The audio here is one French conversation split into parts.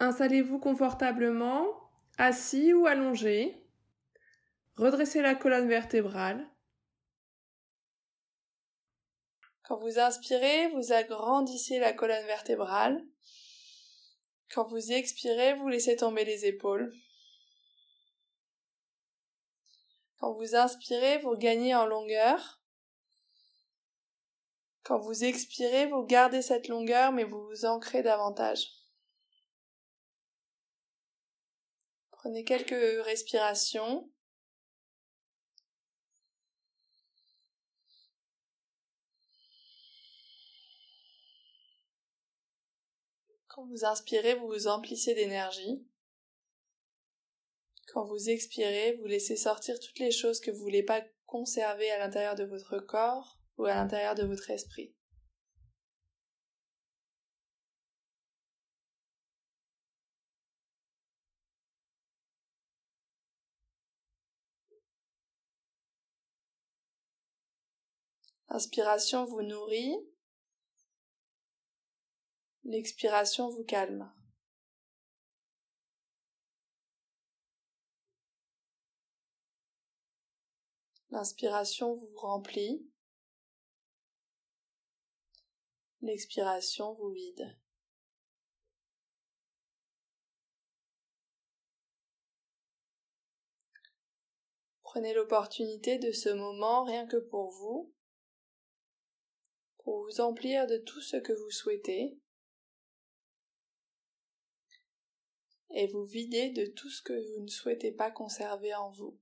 Installez-vous confortablement, assis ou allongé. Redressez la colonne vertébrale. Quand vous inspirez, vous agrandissez la colonne vertébrale. Quand vous expirez, vous laissez tomber les épaules. Quand vous inspirez, vous gagnez en longueur. Quand vous expirez, vous gardez cette longueur, mais vous vous ancrez davantage. Prenez quelques respirations. Quand vous inspirez, vous vous emplissez d'énergie. Quand vous expirez, vous laissez sortir toutes les choses que vous ne voulez pas conserver à l'intérieur de votre corps ou à l'intérieur de votre esprit. L'inspiration vous nourrit, l'expiration vous calme. L'inspiration vous remplit, l'expiration vous vide. Prenez l'opportunité de ce moment rien que pour vous emplir de tout ce que vous souhaitez et vous vider de tout ce que vous ne souhaitez pas conserver en vous.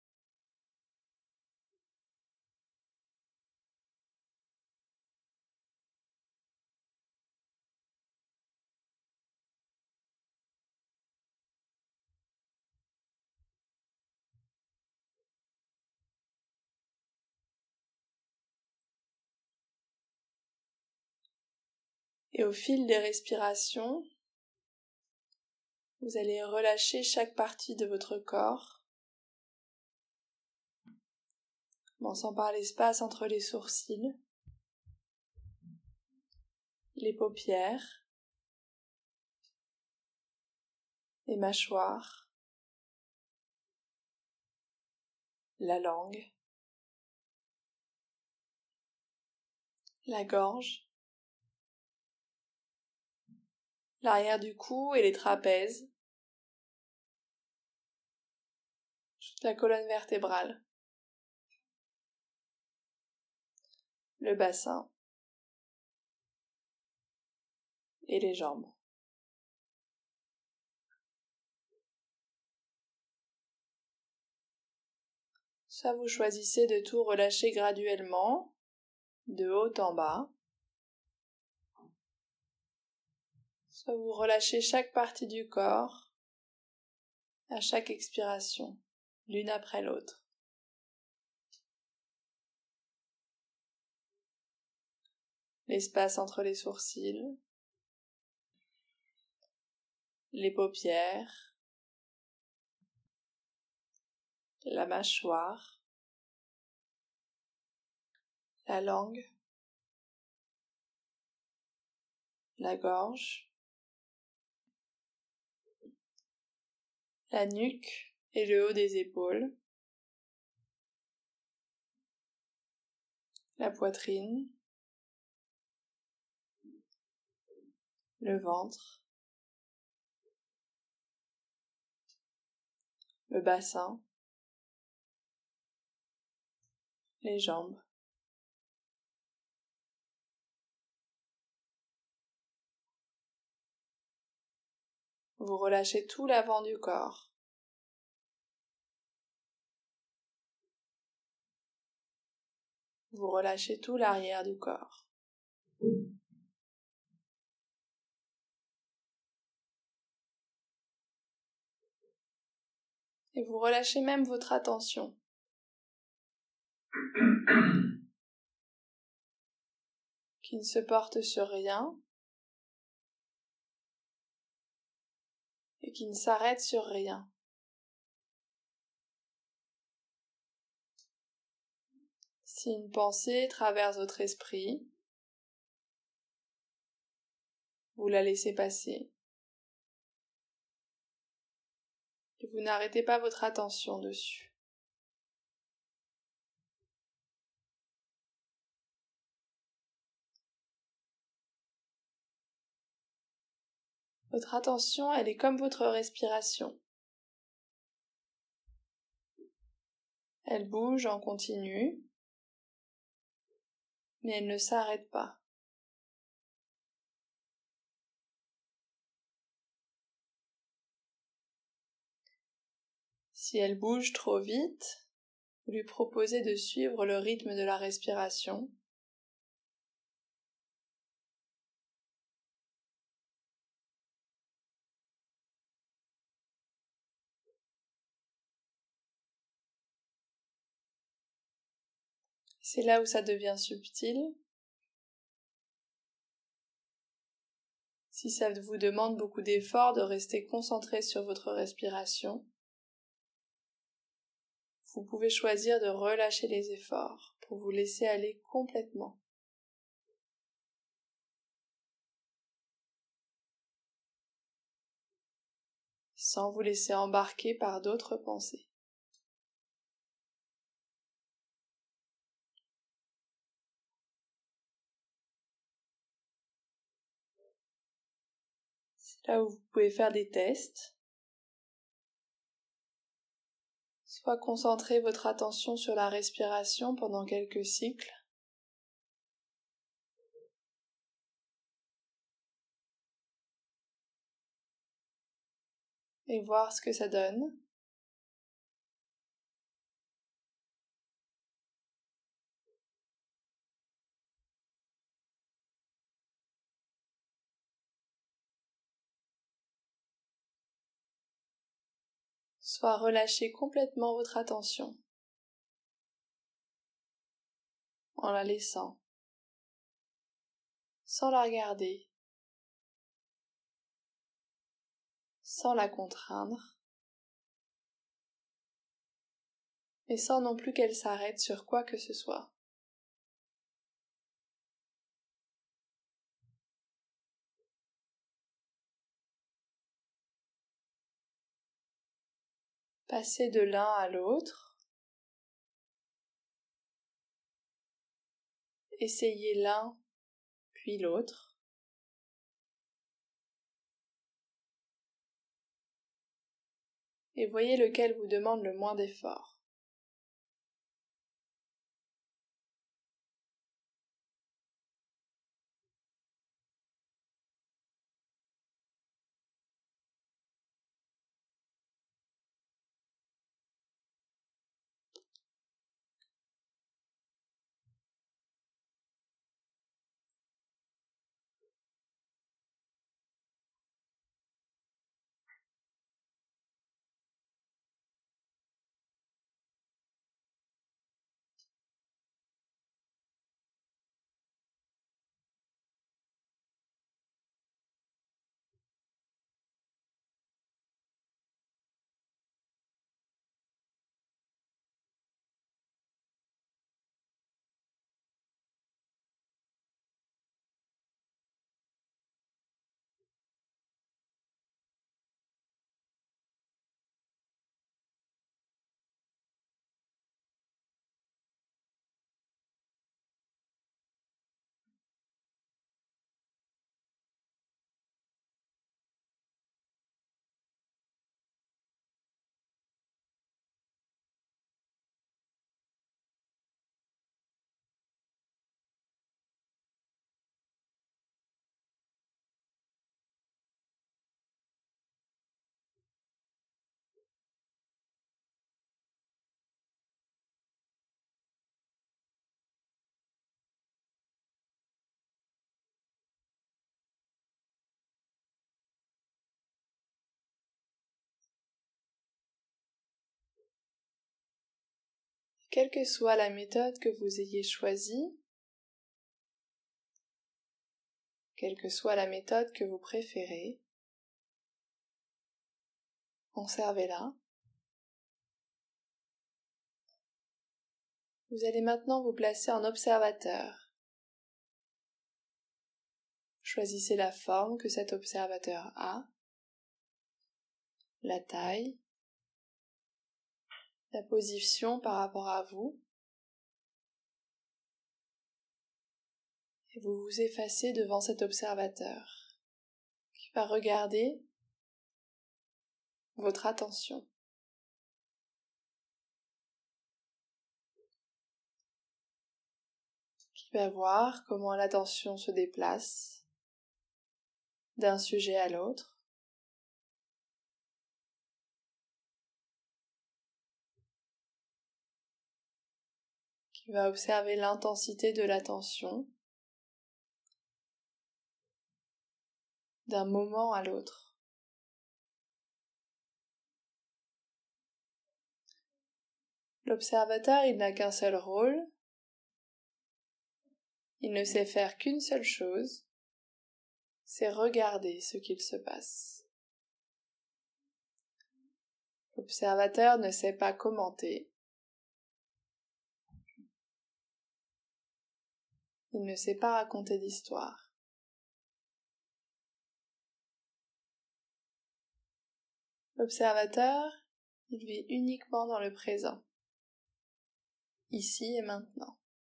Et au fil des respirations, vous allez relâcher chaque partie de votre corps, commençant par l'espace entre les sourcils, les paupières, les mâchoires, la langue, la gorge, l'arrière du cou et les trapèzes, toute la colonne vertébrale, le bassin et les jambes. Soit vous choisissez de tout relâcher graduellement, de haut en bas, soit vous relâchez chaque partie du corps à chaque expiration, l'une après l'autre. L'espace entre les sourcils, les paupières, la mâchoire, la langue, la gorge, la nuque et le haut des épaules, la poitrine, le ventre, le bassin, les jambes. Vous relâchez tout l'avant du corps. Vous relâchez tout l'arrière du corps. Et vous relâchez même votre attention. Qui ne se porte sur rien et qui ne s'arrête sur rien. Si une pensée traverse votre esprit, vous la laissez passer. vous n'arrêtez pas votre attention dessus. Votre attention, elle est comme votre respiration. Elle bouge en continu, mais elle ne s'arrête pas. Si elle bouge trop vite, vous lui proposez de suivre le rythme de la respiration. C'est là où ça devient subtil. Si ça vous demande beaucoup d'efforts de rester concentré sur votre respiration, vous pouvez choisir de relâcher les efforts pour vous laisser aller complètement. Sans vous laisser embarquer par d'autres pensées. C'est là où vous pouvez faire des tests. Soit concentrer votre attention sur la respiration pendant quelques cycles, et voir ce que ça donne. Soit relâcher complètement votre attention en la laissant, sans la regarder, sans la contraindre, mais sans non plus qu'elle s'arrête sur quoi que ce soit. Passez de l'un à l'autre, essayez l'un puis l'autre, et voyez lequel vous demande le moins d'effort. Quelle que soit la méthode que vous ayez choisie, quelle que soit la méthode que vous préférez, conservez-la. Vous allez maintenant vous placer en observateur. Choisissez la forme que cet observateur a, la taille, la position par rapport à vous, et vous vous effacez devant cet observateur qui va regarder votre attention. Qui va voir comment l'attention se déplace d'un sujet à l'autre. Qui va observer l'intensité de l'attention d'un moment à l'autre. L'observateur, il n'a qu'un seul rôle. Il ne sait faire qu'une seule chose, c'est regarder ce qu'il se passe. L'observateur ne sait pas commenter. Il ne sait pas raconter d'histoire. L'observateur, il vit uniquement dans le présent, ici et maintenant.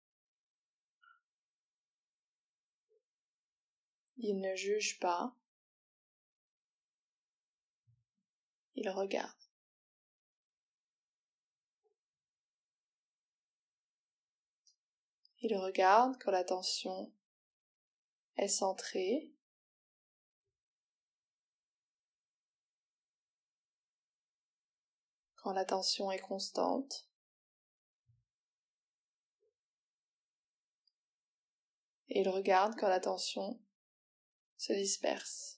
Il ne juge pas, il regarde. Il regarde quand l'attention est centrée, quand l'attention est constante, et il regarde quand l'attention se disperse.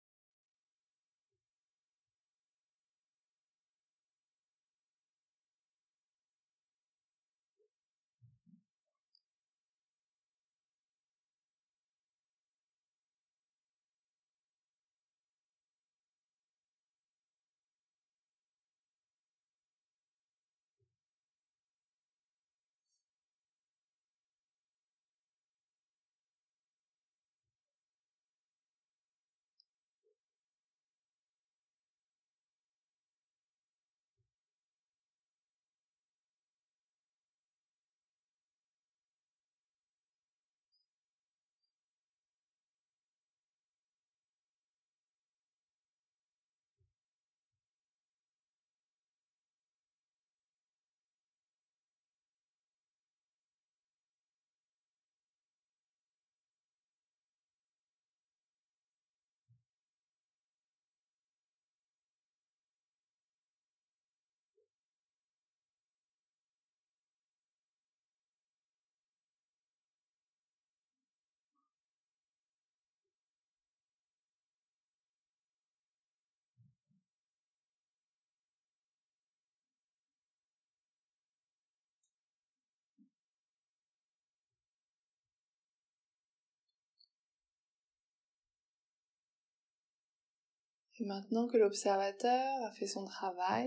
Et maintenant que l'observateur a fait son travail,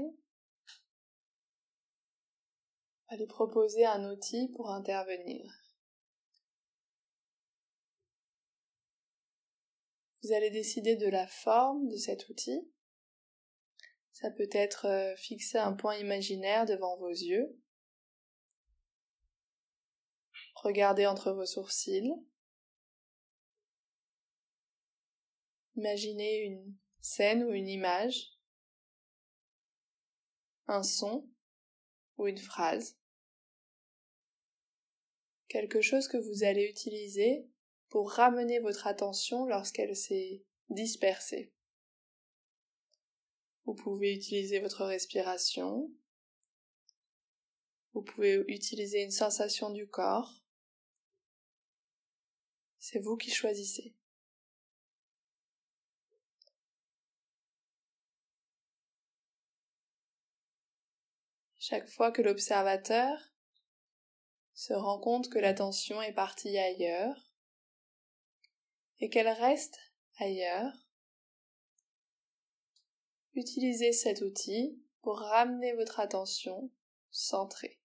on va lui proposer un outil pour intervenir. Vous allez décider de la forme de cet outil. Ça peut être fixer un point imaginaire devant vos yeux. Regardez entre vos sourcils. Imaginez une scène ou une image, un son ou une phrase. Quelque chose que vous allez utiliser pour ramener votre attention lorsqu'elle s'est dispersée. Vous pouvez utiliser votre respiration. Vous pouvez utiliser une sensation du corps. C'est vous qui choisissez. Chaque fois que l'observateur se rend compte que l'attention est partie ailleurs et qu'elle reste ailleurs, utilisez cet outil pour ramener votre attention centrée.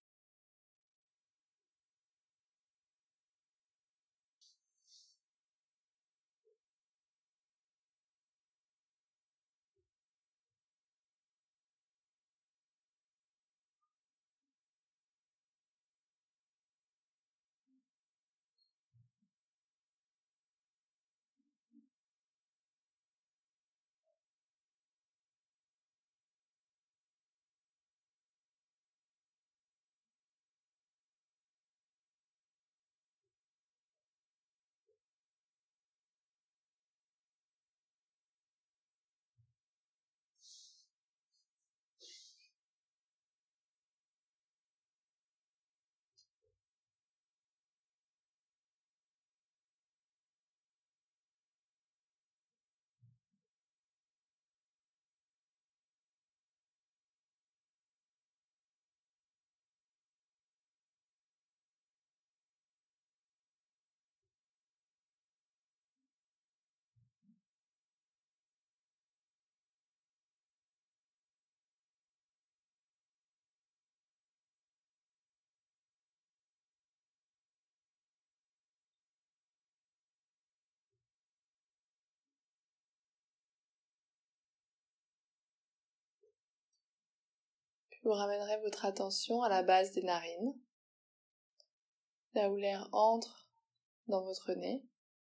Vous ramènerez votre attention à la base des narines, là où l'air entre dans votre nez.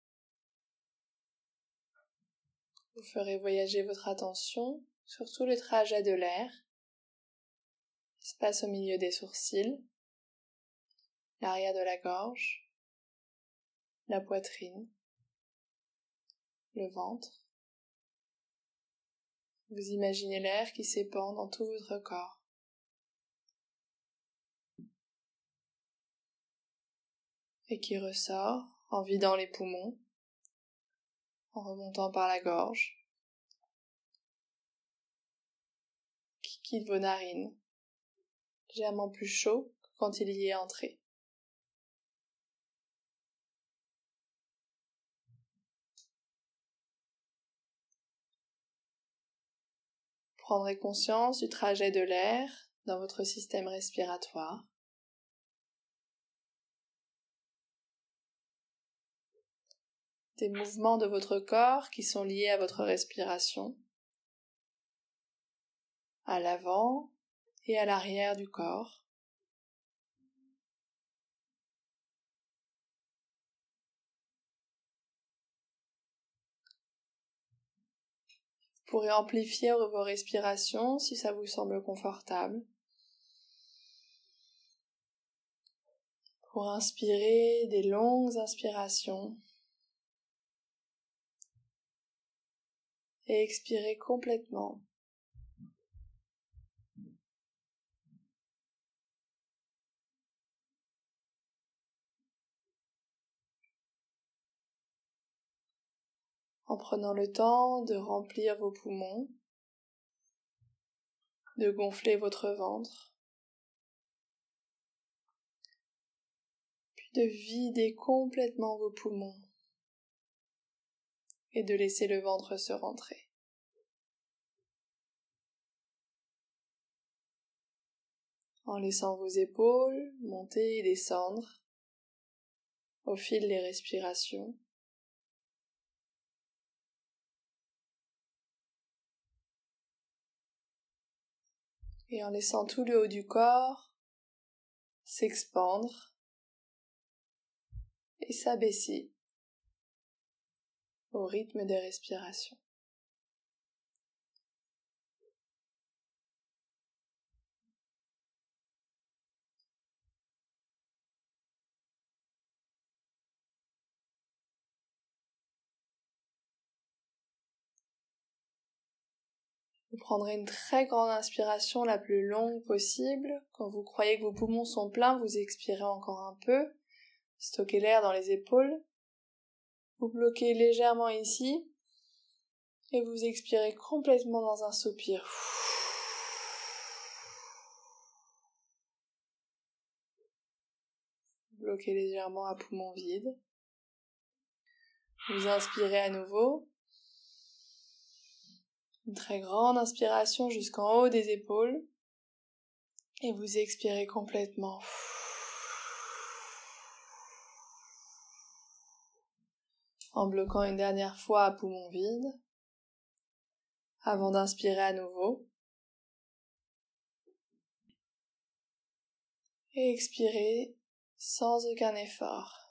Vous ferez voyager votre attention sur tout le trajet de l'air, qui se passe au milieu des sourcils, l'arrière de la gorge, la poitrine, le ventre. Vous imaginez l'air qui s'épand dans tout votre corps. Et qui ressort en vidant les poumons, en remontant par la gorge, qui quitte vos narines, légèrement plus chaud que quand il y est entré. Prendrez conscience du trajet de l'air dans votre système respiratoire. Des mouvements de votre corps qui sont liés à votre respiration, à l'avant et à l'arrière du corps. Vous pourrez amplifier vos respirations si ça vous semble confortable. Pour inspirer des longues inspirations et expirer complètement. En prenant le temps de remplir vos poumons, de gonfler votre ventre, puis de vider complètement vos poumons et de laisser le ventre se rentrer. En laissant vos épaules monter et descendre au fil des respirations. Et en laissant tout le haut du corps s'expandre et s'abaisser au rythme des respirations. Vous prendrez une très grande inspiration la plus longue possible. Quand vous croyez que vos poumons sont pleins, vous expirez encore un peu. Stockez l'air dans les épaules. Vous bloquez légèrement ici et vous expirez complètement dans un soupir. Bloquez légèrement à poumon vide. Vous inspirez à nouveau. Une très grande inspiration jusqu'en haut des épaules. Et vous expirez complètement. En bloquant une dernière fois à poumon vide. Avant d'inspirer à nouveau. Et expirez sans aucun effort.